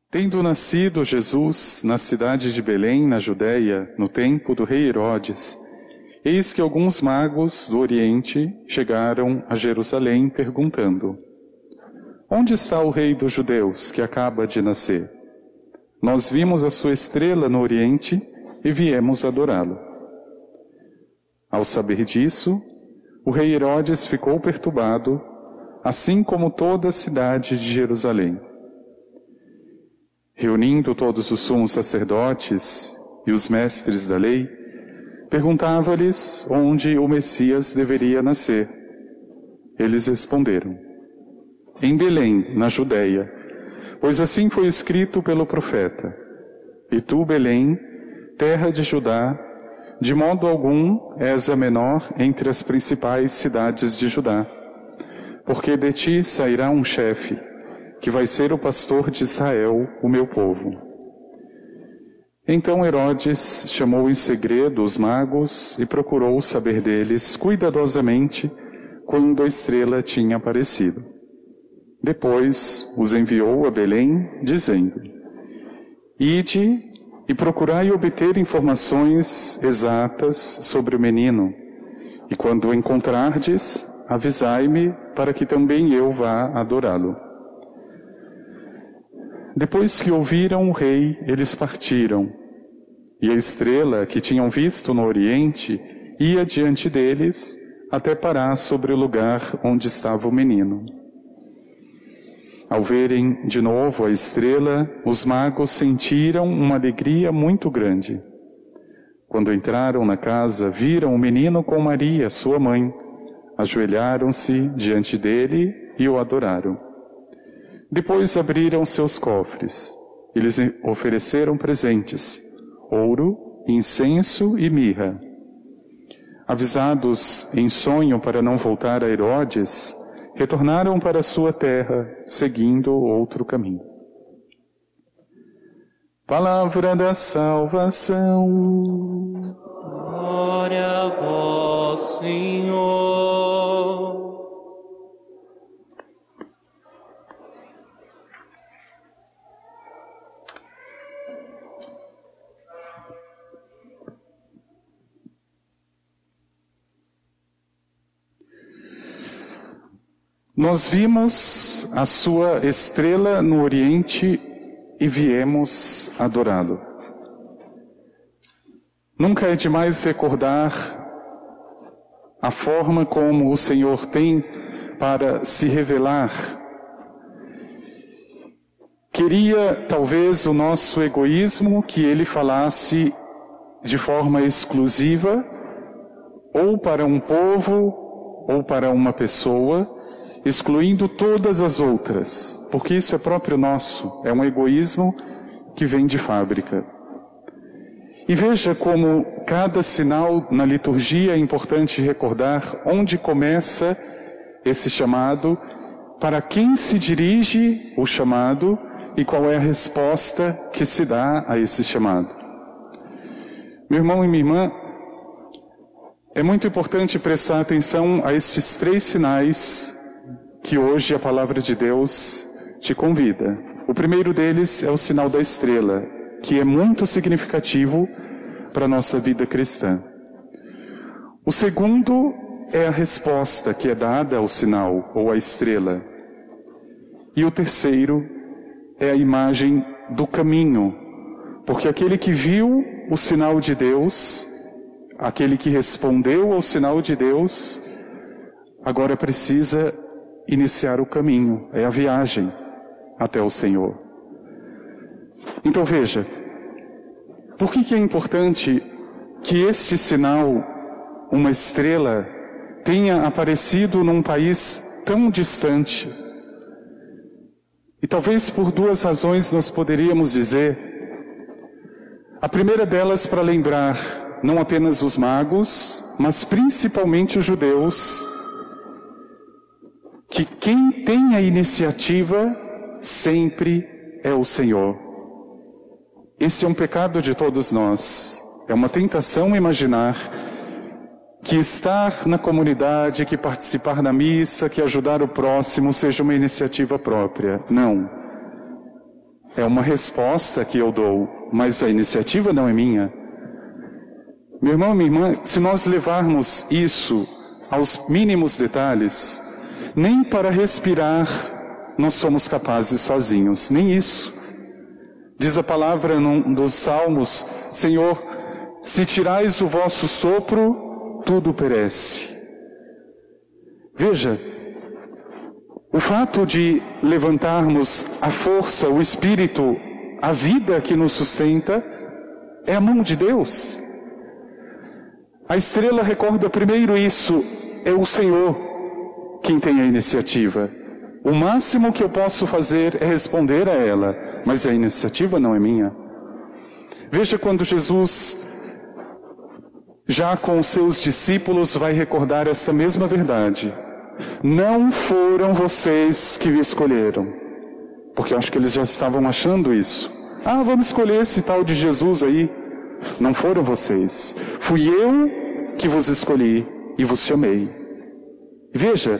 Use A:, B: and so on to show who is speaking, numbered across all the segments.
A: Tendo nascido Jesus na cidade de Belém, na Judéia, no tempo do rei Herodes, eis que alguns magos do Oriente chegaram a Jerusalém perguntando: Onde está o rei dos judeus que acaba de nascer? Nós vimos a sua estrela no Oriente e viemos adorá-lo. Ao saber disso, o rei Herodes ficou perturbado, assim como toda a cidade de Jerusalém. Reunindo todos os sumos sacerdotes e os mestres da lei, perguntava-lhes onde o Messias deveria nascer. Eles responderam: Em Belém, na Judéia, pois assim foi escrito pelo profeta: E tu, Belém, terra de Judá, de modo algum és a menor entre as principais cidades de Judá, porque de ti sairá um chefe, que vai ser o pastor de Israel, o meu povo. Então Herodes chamou em segredo os magos e procurou saber deles cuidadosamente quando a estrela tinha aparecido. Depois os enviou a Belém, dizendo: Ide e procurai obter informações exatas sobre o menino, e quando o encontrardes, avisai-me para que também eu vá adorá-lo. Depois que ouviram o rei, eles partiram, e a estrela que tinham visto no Oriente ia diante deles até parar sobre o lugar onde estava o menino. Ao verem de novo a estrela, os magos sentiram uma alegria muito grande. Quando entraram na casa, viram o menino com Maria, sua mãe, ajoelharam-se diante dele e o adoraram. Depois abriram seus cofres e lhes ofereceram presentes: ouro, incenso e mirra. Avisados em sonho para não voltar a Herodes, retornaram para sua terra, seguindo outro caminho. Palavra da salvação.
B: Glória a vós, Senhor.
A: Nós vimos a sua estrela no Oriente e viemos adorá-lo. Nunca é demais recordar a forma como o Senhor tem para se revelar. Queria, talvez, o nosso egoísmo que ele falasse de forma exclusiva, ou para um povo, ou para uma pessoa, excluindo todas as outras, porque isso é próprio nosso, é um egoísmo que vem de fábrica. E veja como cada sinal na liturgia é importante recordar onde começa esse chamado, para quem se dirige o chamado e qual é a resposta que se dá a esse chamado. Meu irmão e minha irmã, é muito importante prestar atenção a esses 3 sinais que hoje a palavra de Deus te convida. O primeiro deles é o sinal da estrela, que é muito significativo para a nossa vida cristã. O segundo é a resposta que é dada ao sinal ou à estrela. E o terceiro é a imagem do caminho, porque aquele que viu o sinal de Deus, aquele que respondeu ao sinal de Deus, agora precisa iniciar o caminho, é a viagem até o Senhor. Então veja, por que é importante que este sinal, uma estrela, tenha aparecido num país tão distante? E talvez por 2 razões nós poderíamos dizer. A primeira delas para lembrar não apenas os magos, mas principalmente os judeus, que quem tem a iniciativa sempre é o Senhor. Esse é um pecado de todos nós. É uma tentação imaginar que estar na comunidade, que participar da missa, que ajudar o próximo seja uma iniciativa própria. Não. É uma resposta que eu dou, mas a iniciativa não é minha. Meu irmão, minha irmã, se nós levarmos isso aos mínimos detalhes, nem para respirar nós somos capazes sozinhos, nem isso. Diz a palavra num dos Salmos: Senhor, se tirais o vosso sopro, tudo perece. Veja, o fato de levantarmos a força, o Espírito, a vida que nos sustenta, é a mão de Deus. A estrela recorda primeiro isso: é o Senhor quem tem a iniciativa. O máximo que eu posso fazer é responder a ela, mas a iniciativa não é minha. Veja quando Jesus, já com os seus discípulos, vai recordar esta mesma verdade. Não foram vocês que me escolheram. Porque eu acho que eles já estavam achando isso. Ah, vamos escolher esse tal de Jesus aí. Não foram vocês. Fui eu que vos escolhi e vos chamei. Veja,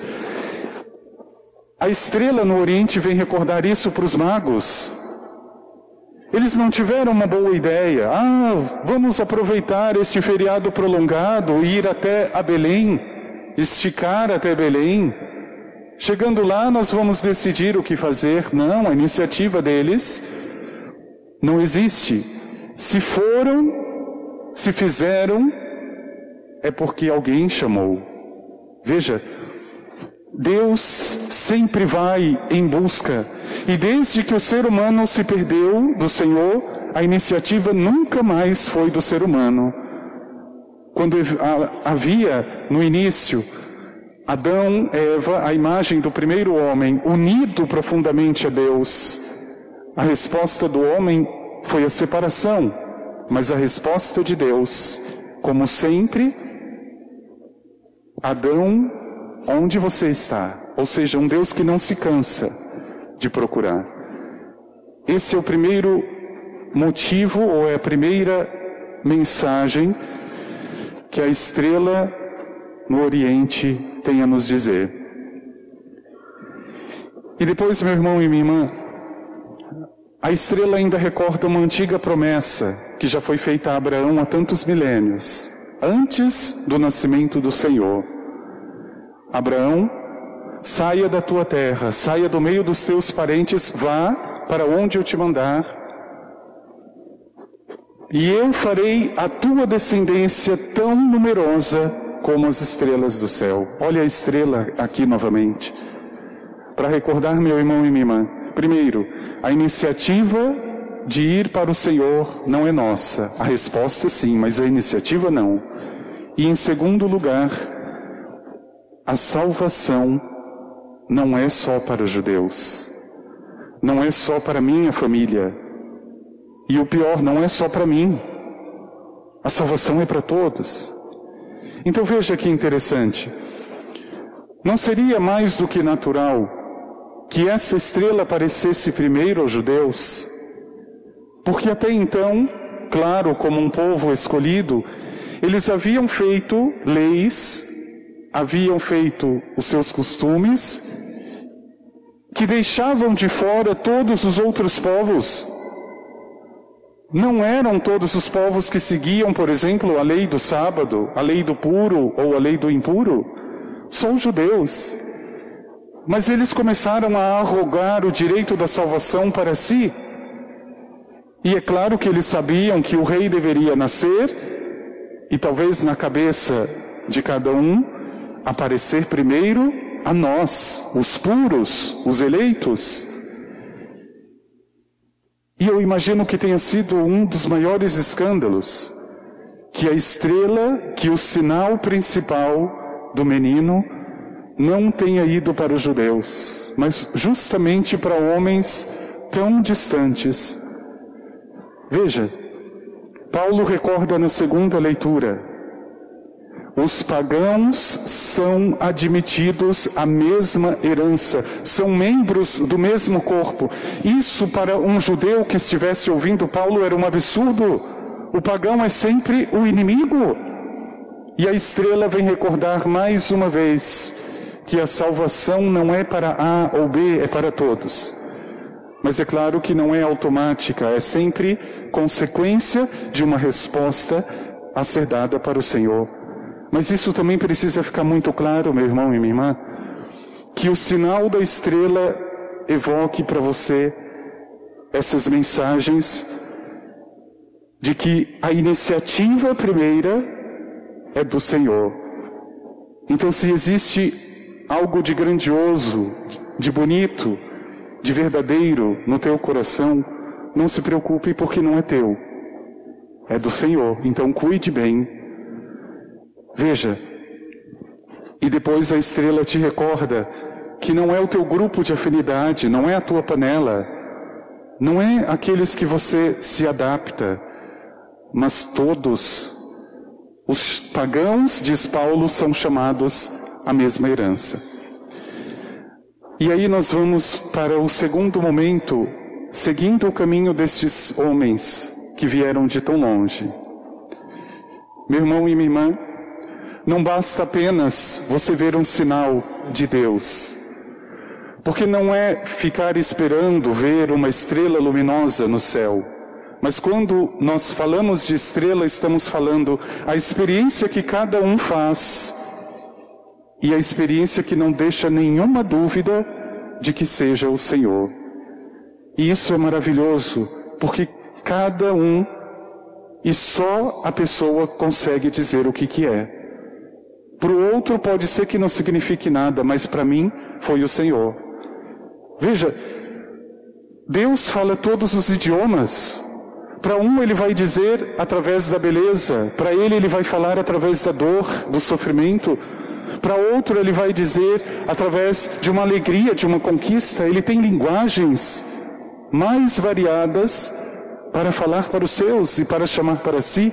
A: a estrela no Oriente vem recordar isso para os magos. Eles não tiveram uma boa ideia. Ah, vamos aproveitar este feriado prolongado e ir até a Belém, esticar até Belém. Chegando lá, nós vamos decidir o que fazer. Não, a iniciativa deles não existe. Se foram, se fizeram, é porque alguém chamou. Veja, Deus sempre vai em busca. E desde que o ser humano se perdeu do Senhor, a iniciativa nunca mais foi do ser humano. Quando havia, no início, Adão, Eva, a imagem do primeiro homem, unido profundamente a Deus, a resposta do homem foi a separação. Mas a resposta de Deus, como sempre: Adão, onde você está? Ou seja, um Deus que não se cansa de procurar. Esse é o primeiro motivo, ou é a primeira mensagem que a estrela no Oriente tem a nos dizer. E depois, meu irmão e minha irmã, a estrela ainda recorda uma antiga promessa que já foi feita a Abraão há tantos milênios, antes do nascimento do Senhor. Abraão, saia da tua terra, saia do meio dos teus parentes, vá para onde eu te mandar, e eu farei a tua descendência tão numerosa como as estrelas do céu. Olha a estrela aqui novamente, para recordar, meu irmão e minha irmã. Primeiro, a iniciativa de ir para o Senhor não é nossa. A resposta sim, mas a iniciativa não. E em segundo lugar, a salvação não é só para os judeus. Não é só para minha família. E o pior, não é só para mim. A salvação é para todos. Então veja que interessante. Não seria mais do que natural que essa estrela aparecesse primeiro aos judeus? Porque até então, claro, como um povo escolhido, eles haviam feito leis, haviam feito os seus costumes, que deixavam de fora todos os outros povos. Não eram todos os povos que seguiam, por exemplo, a lei do sábado, a lei do puro ou a lei do impuro. Só os judeus. Mas eles começaram a arrogar o direito da salvação para si. E é claro que eles sabiam que o rei deveria nascer, e talvez na cabeça de cada um, aparecer primeiro a nós, os puros, os eleitos. E eu imagino que tenha sido um dos maiores escândalos, que a estrela, que o sinal principal do menino, não tenha ido para os judeus, mas justamente para homens tão distantes. Veja, Paulo recorda na segunda leitura: os pagãos são admitidos à mesma herança, são membros do mesmo corpo. Isso para um judeu que estivesse ouvindo Paulo era um absurdo. O pagão é sempre o inimigo. E a estrela vem recordar mais uma vez que a salvação não é para A ou B, é para todos. Mas é claro que não é automática, é sempre consequência de uma resposta a ser dada para o Senhor. Mas isso também precisa ficar muito claro, meu irmão e minha irmã, que o sinal da estrela evoque para você essas mensagens de que a iniciativa primeira é do Senhor. Então, se existe algo de grandioso, de bonito, de verdadeiro no teu coração, não se preocupe porque não é teu, é do Senhor. Então cuide bem. Veja, e depois a estrela te recorda que não é o teu grupo de afinidade, não é a tua panela, não é aqueles que você se adapta, mas todos os pagãos, diz Paulo, são chamados à mesma herança. E aí nós vamos para o segundo momento, seguindo o caminho destes homens que vieram de tão longe. Meu irmão e minha irmã, não basta apenas você ver um sinal de Deus, porque não é ficar esperando ver uma estrela luminosa no céu, mas quando nós falamos de estrela, estamos falando a experiência que cada um faz, e a experiência que não deixa nenhuma dúvida de que seja o Senhor. E isso é maravilhoso, porque cada um, e só a pessoa consegue dizer o que é. Para o outro pode ser que não signifique nada, mas para mim foi o Senhor. Veja, Deus fala todos os idiomas. Para um ele vai dizer através da beleza, para ele vai falar através da dor, do sofrimento. Para outro ele vai dizer através de uma alegria, de uma conquista. Ele tem linguagens mais variadas para falar para os seus e para chamar para si.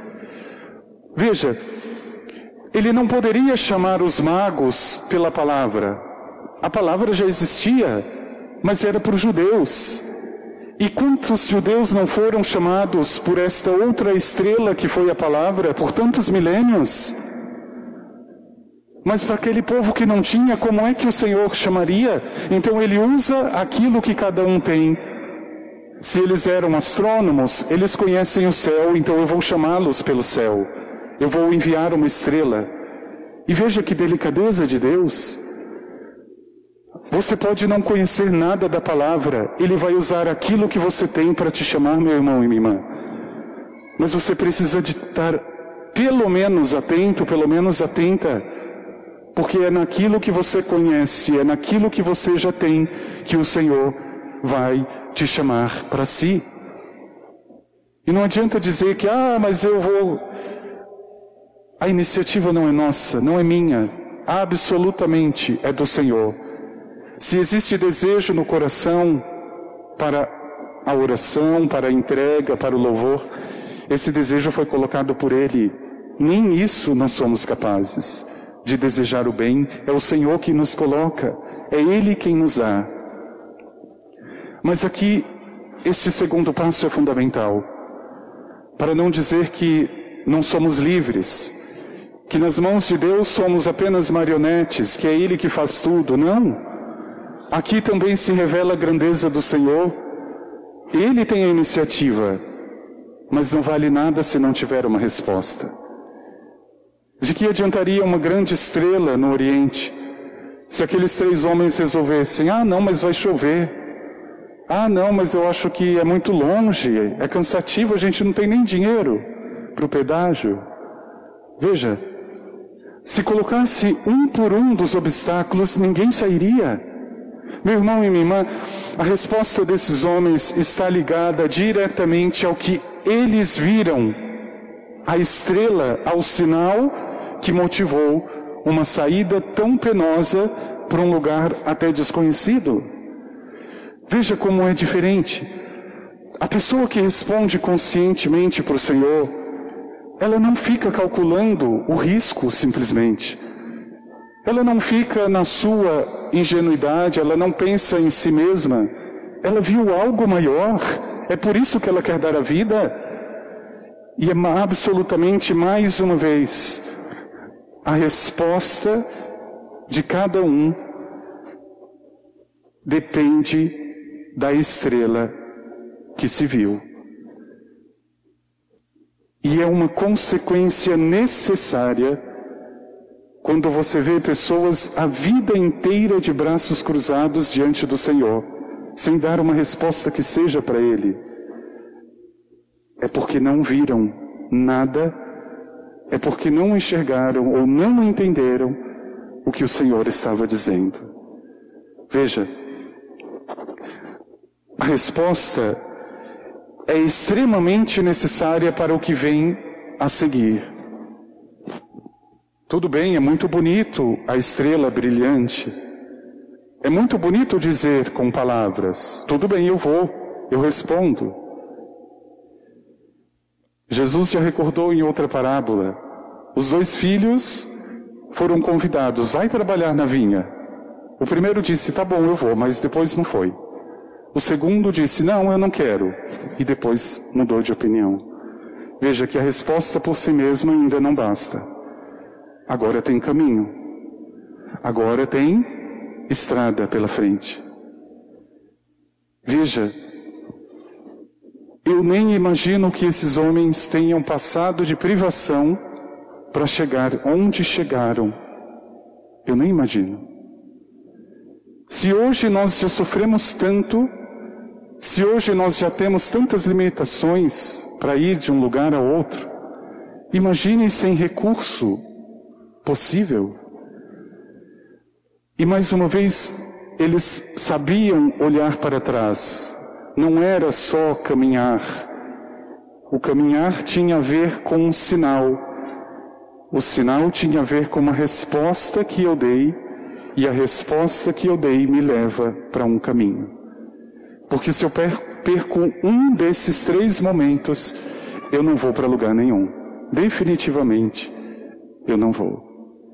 A: Veja, ele não poderia chamar os magos pela palavra. A palavra já existia, mas era para os judeus. E quantos judeus não foram chamados por esta outra estrela que foi a palavra por tantos milênios? Mas para aquele povo que não tinha, como é que o Senhor chamaria? Então ele usa aquilo que cada um tem. Se eles eram astrônomos, eles conhecem o céu, então eu vou chamá-los pelo céu. Eu vou enviar uma estrela. E veja que delicadeza de Deus. Você pode não conhecer nada da palavra, ele vai usar aquilo que você tem para te chamar, meu irmão e minha irmã. Mas você precisa de estar pelo menos atento, pelo menos atenta, porque é naquilo que você conhece, é naquilo que você já tem, que o Senhor vai te chamar para si. E não adianta dizer que, mas eu vou... A iniciativa não é nossa, não é minha, absolutamente é do Senhor. Se existe desejo no coração para a oração, para a entrega, para o louvor, esse desejo foi colocado por Ele. Nem isso nós somos capazes de desejar o bem, é o Senhor que nos coloca, é Ele quem nos dá. Mas aqui, este segundo passo é fundamental, para não dizer que não somos livres, que nas mãos de Deus somos apenas marionetes, que é Ele que faz tudo. Não. Aqui também se revela a grandeza do Senhor. Ele tem a iniciativa, mas não vale nada se não tiver uma resposta. De que adiantaria uma grande estrela no Oriente, se aqueles 3 homens resolvessem, não, mas vai chover. Não, mas eu acho que é muito longe, é cansativo, a gente não tem nem dinheiro para o pedágio. Veja, se colocasse um por um dos obstáculos, ninguém sairia. Meu irmão e minha irmã, a resposta desses homens está ligada diretamente ao que eles viram, a estrela, ao sinal que motivou uma saída tão penosa para um lugar até desconhecido. Veja como é diferente. A pessoa que responde conscientemente para o Senhor, ela não fica calculando o risco simplesmente. Ela não fica na sua ingenuidade, ela não pensa em si mesma. Ela viu algo maior, é por isso que ela quer dar a vida. E é absolutamente, mais uma vez, a resposta de cada um depende da estrela que se viu. E é uma consequência necessária quando você vê pessoas a vida inteira de braços cruzados diante do Senhor, sem dar uma resposta que seja para Ele. É porque não viram nada, é porque não enxergaram ou não entenderam o que o Senhor estava dizendo. Veja, a resposta é extremamente necessária para o que vem a seguir. Tudo bem, é muito bonito a estrela brilhante. É muito bonito dizer com palavras. Tudo bem, eu respondo. Jesus já recordou em outra parábola. Os 2 filhos foram convidados, vai trabalhar na vinha. O primeiro disse, tá bom, eu vou, mas depois não foi. O segundo disse, não, eu não quero. E depois mudou de opinião. Veja que a resposta por si mesma ainda não basta. Agora tem caminho. Agora tem estrada pela frente. Veja, eu nem imagino que esses homens tenham passado de privação para chegar onde chegaram. Eu nem imagino. Se hoje nós já sofremos tanto, se hoje nós já temos tantas limitações para ir de um lugar a outro, imaginem sem recurso possível. E mais uma vez, eles sabiam olhar para trás. Não era só caminhar. O caminhar tinha a ver com um sinal. O sinal tinha a ver com uma resposta que eu dei, e a resposta que eu dei me leva para um caminho. Porque se eu perco um desses 3 momentos, eu não vou para lugar nenhum. Definitivamente, eu não vou.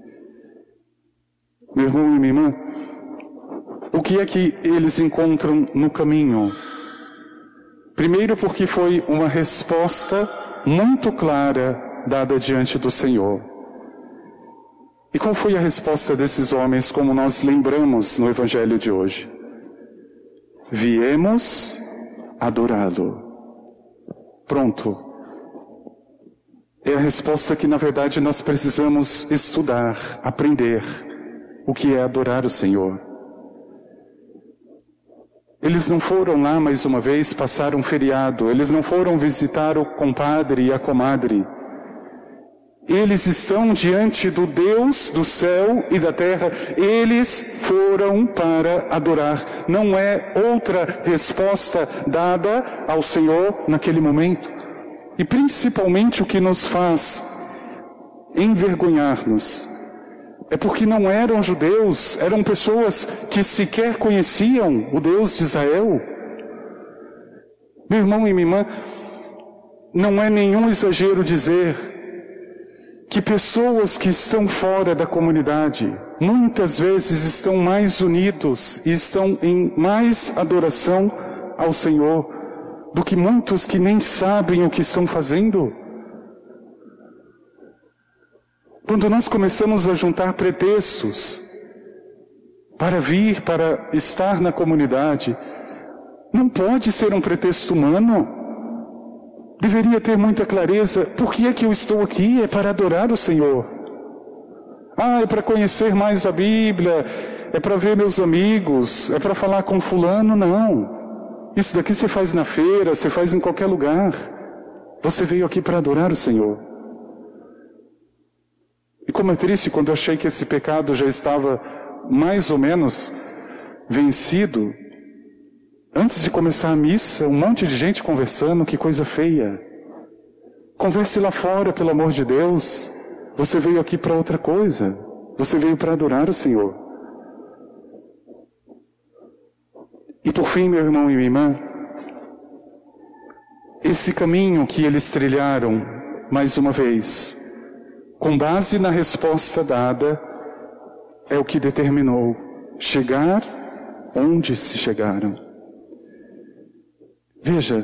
A: Meu irmão e minha irmã, o que é que eles encontram no caminho? Primeiro, porque foi uma resposta muito clara dada diante do Senhor. E qual foi a resposta desses homens, como nós lembramos no Evangelho de hoje? Viemos adorá-lo. Pronto. É a resposta que, na verdade, nós precisamos estudar, aprender o que é adorar o Senhor. Eles não foram lá mais uma vez passar um feriado, eles não foram visitar o compadre e a comadre. Eles estão diante do Deus do céu e da terra. Eles foram para adorar. Não é outra resposta dada ao Senhor naquele momento. E principalmente o que nos faz envergonhar-nos é porque não eram judeus, eram pessoas que sequer conheciam o Deus de Israel. Meu irmão e minha irmã, não é nenhum exagero dizer que pessoas que estão fora da comunidade, muitas vezes estão mais unidos e estão em mais adoração ao Senhor do que muitos que nem sabem o que estão fazendo. Quando nós começamos a juntar pretextos para vir, para estar na comunidade, não pode ser um pretexto humano. Deveria ter muita clareza. Por que é que eu estou aqui? É para adorar o Senhor. É para conhecer mais a Bíblia, é para ver meus amigos, é para falar com fulano. Não. Isso daqui você faz na feira, você faz em qualquer lugar. Você veio aqui para adorar o Senhor. E como é triste quando eu achei que esse pecado já estava mais ou menos vencido. Antes de começar a missa, um monte de gente conversando, que coisa feia. Converse lá fora, pelo amor de Deus. Você veio aqui para outra coisa. Você veio para adorar o Senhor. E por fim, meu irmão e minha irmã, esse caminho que eles trilharam, mais uma vez, com base na resposta dada, é o que determinou chegar onde se chegaram. Veja,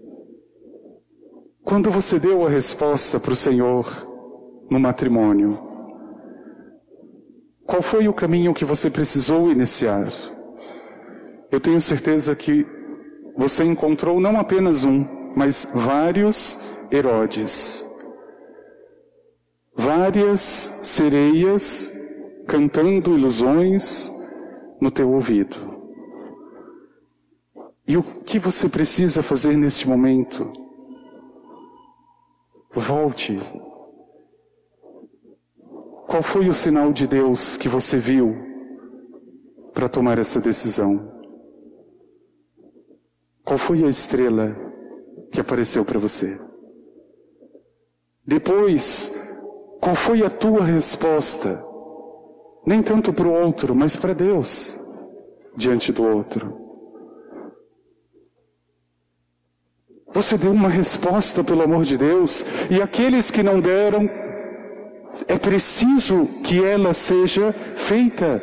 A: quando você deu a resposta para o Senhor no matrimônio, qual foi o caminho que você precisou iniciar? Eu tenho certeza que você encontrou não apenas um, mas vários Herodes. Várias sereias cantando ilusões no teu ouvido. E o que você precisa fazer neste momento? Volte. Qual foi o sinal de Deus que você viu para tomar essa decisão? Qual foi a estrela que apareceu para você? Depois, qual foi a tua resposta? Nem tanto para o outro, mas para Deus, diante do outro. Você deu uma resposta pelo amor de Deus, e aqueles que não deram, é preciso que ela seja feita.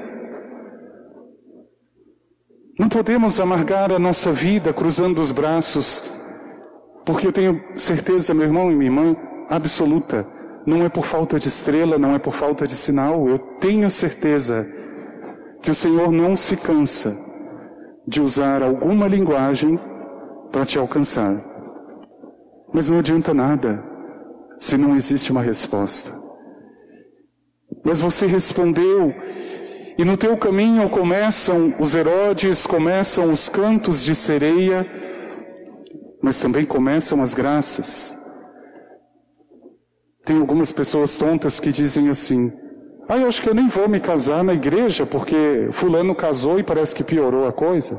A: Não podemos amargar a nossa vida cruzando os braços, porque eu tenho certeza, meu irmão e minha irmã, absoluta, não é por falta de estrela, não é por falta de sinal, eu tenho certeza que o Senhor não se cansa de usar alguma linguagem para te alcançar. Mas não adianta nada se não existe uma resposta. Mas você respondeu, e no teu caminho começam os Herodes, começam os cantos de sereia, mas também começam as graças. Tem algumas pessoas tontas que dizem assim: eu acho que eu nem vou me casar na igreja, porque fulano casou e parece que piorou a coisa.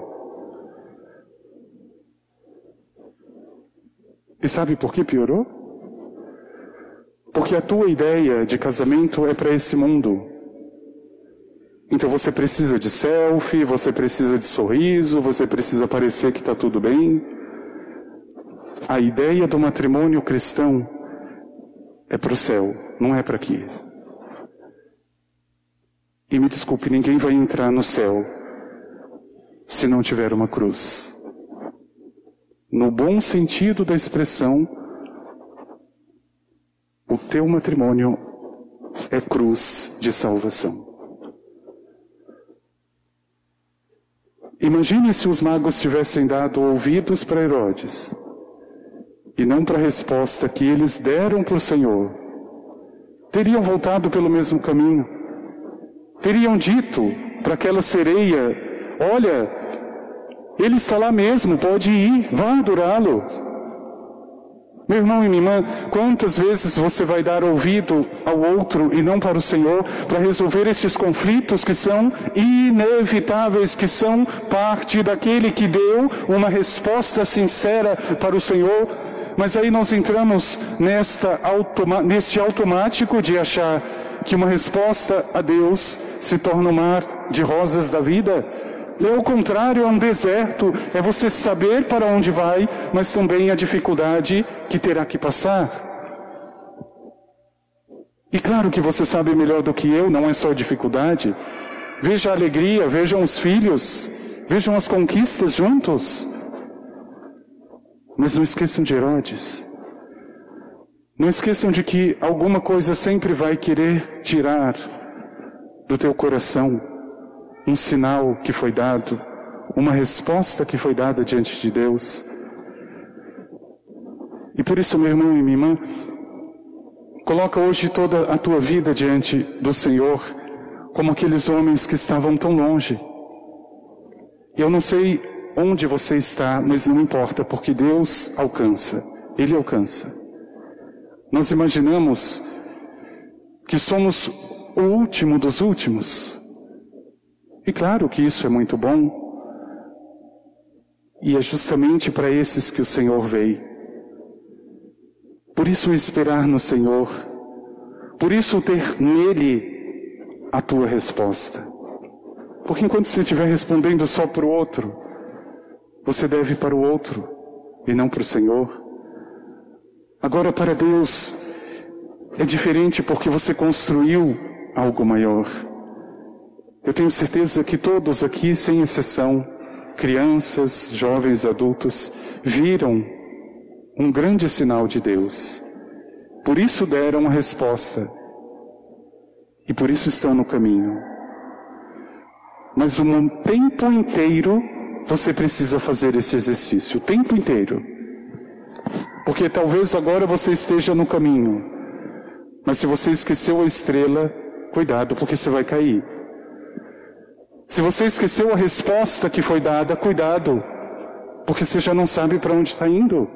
A: E sabe por que piorou? Porque a tua ideia de casamento é para esse mundo. Então você precisa de selfie, você precisa de sorriso, você precisa parecer que está tudo bem. A ideia do matrimônio cristão é para o céu, não é para aqui. E me desculpe, ninguém vai entrar no céu se não tiver uma cruz. No bom sentido da expressão, o teu matrimônio é cruz de salvação. Imagine se os magos tivessem dado ouvidos para Herodes e não para a resposta que eles deram para o Senhor. Teriam voltado pelo mesmo caminho. Teriam dito para aquela sereia: olha, ele está lá mesmo, pode ir, vá adorá-lo. Meu irmão e minha irmã, quantas vezes você vai dar ouvido ao outro e não para o Senhor, para resolver estes conflitos que são inevitáveis, que são parte daquele que deu uma resposta sincera para o Senhor? Mas aí nós entramos neste automático de achar que uma resposta a Deus se torna um mar de rosas da vida. É o contrário, é um deserto, é você saber para onde vai, mas também a dificuldade que terá que passar. E claro que você sabe melhor do que eu, não é só dificuldade. Veja a alegria, vejam os filhos, vejam as conquistas juntos. Mas não esqueçam de Herodes. Não esqueçam de que alguma coisa sempre vai querer tirar do teu coração um sinal que foi dado, uma resposta que foi dada diante de Deus. E por isso, meu irmão e minha irmã, coloca hoje toda a tua vida diante do Senhor, como aqueles homens que estavam tão longe. Eu não sei onde você está, mas não importa, porque Deus alcança, Ele alcança. Nós imaginamos que somos o último dos últimos. E claro que isso é muito bom. E é justamente para esses que o Senhor veio. Por isso esperar no Senhor. Por isso ter nele a tua resposta. Porque enquanto você estiver respondendo só para o outro, você deve para o outro e não para o Senhor. Agora para Deus é diferente porque você construiu algo maior. Eu tenho certeza que todos aqui, sem exceção, crianças, jovens, adultos, viram um grande sinal de Deus. Por isso deram a resposta. E por isso estão no caminho. Mas o tempo inteiro você precisa fazer esse exercício o tempo inteiro. Porque talvez agora você esteja no caminho, mas se você esqueceu a estrela, cuidado, porque você vai cair. Se você esqueceu a resposta que foi dada, cuidado, porque você já não sabe para onde está indo.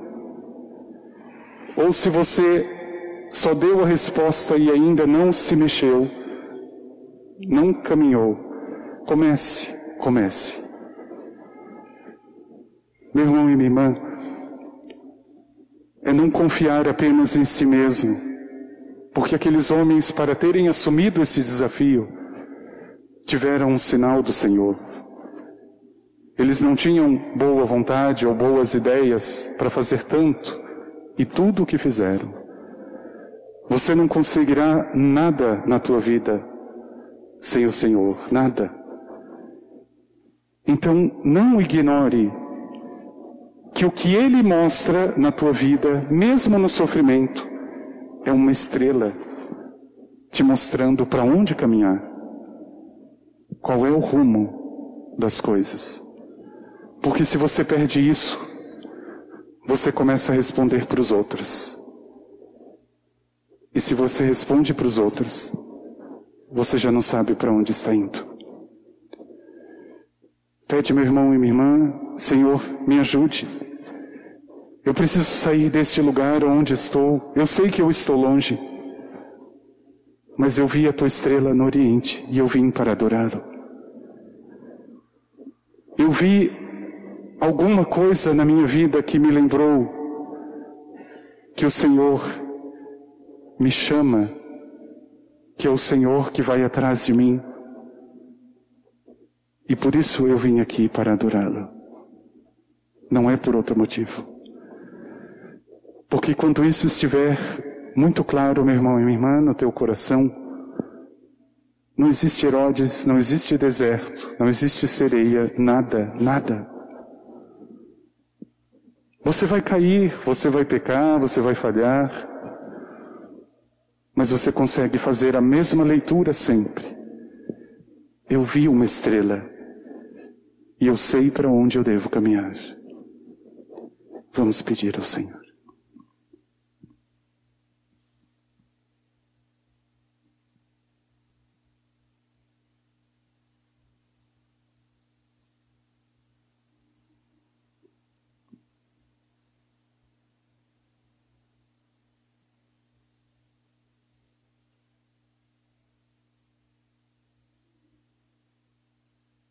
A: Ou se você só deu a resposta e ainda não se mexeu, não caminhou, comece. Meu irmão e minha irmã, é não confiar apenas em si mesmo, porque aqueles homens, para terem assumido esse desafio, tiveram um sinal do Senhor. Eles não tinham boa vontade ou boas ideias para fazer tanto, e tudo o que fizeram. Você não conseguirá nada na tua vida sem o Senhor, nada. Então, não ignore que o que Ele mostra na tua vida, mesmo no sofrimento, é uma estrela te mostrando para onde caminhar. Qual é o rumo das coisas. Porque se você perde isso, você começa a responder para os outros. E se você responde para os outros, você já não sabe para onde está indo. Pede, meu irmão e minha irmã, Senhor, me ajude. Eu preciso sair deste lugar onde estou. Eu sei que eu estou longe, mas eu vi a tua estrela no Oriente e eu vim para adorá-lo. Eu vi alguma coisa na minha vida que me lembrou que o Senhor me chama, que é o Senhor que vai atrás de mim. E por isso eu vim aqui para adorá-lo. Não é por outro motivo. Porque quando isso estiver muito claro, meu irmão e minha irmã, no teu coração, não existe Herodes, não existe deserto, não existe sereia, nada. Você vai cair, você vai pecar, você vai falhar, mas você consegue fazer a mesma leitura sempre. Eu vi uma estrela e eu sei para onde eu devo caminhar. Vamos pedir ao Senhor.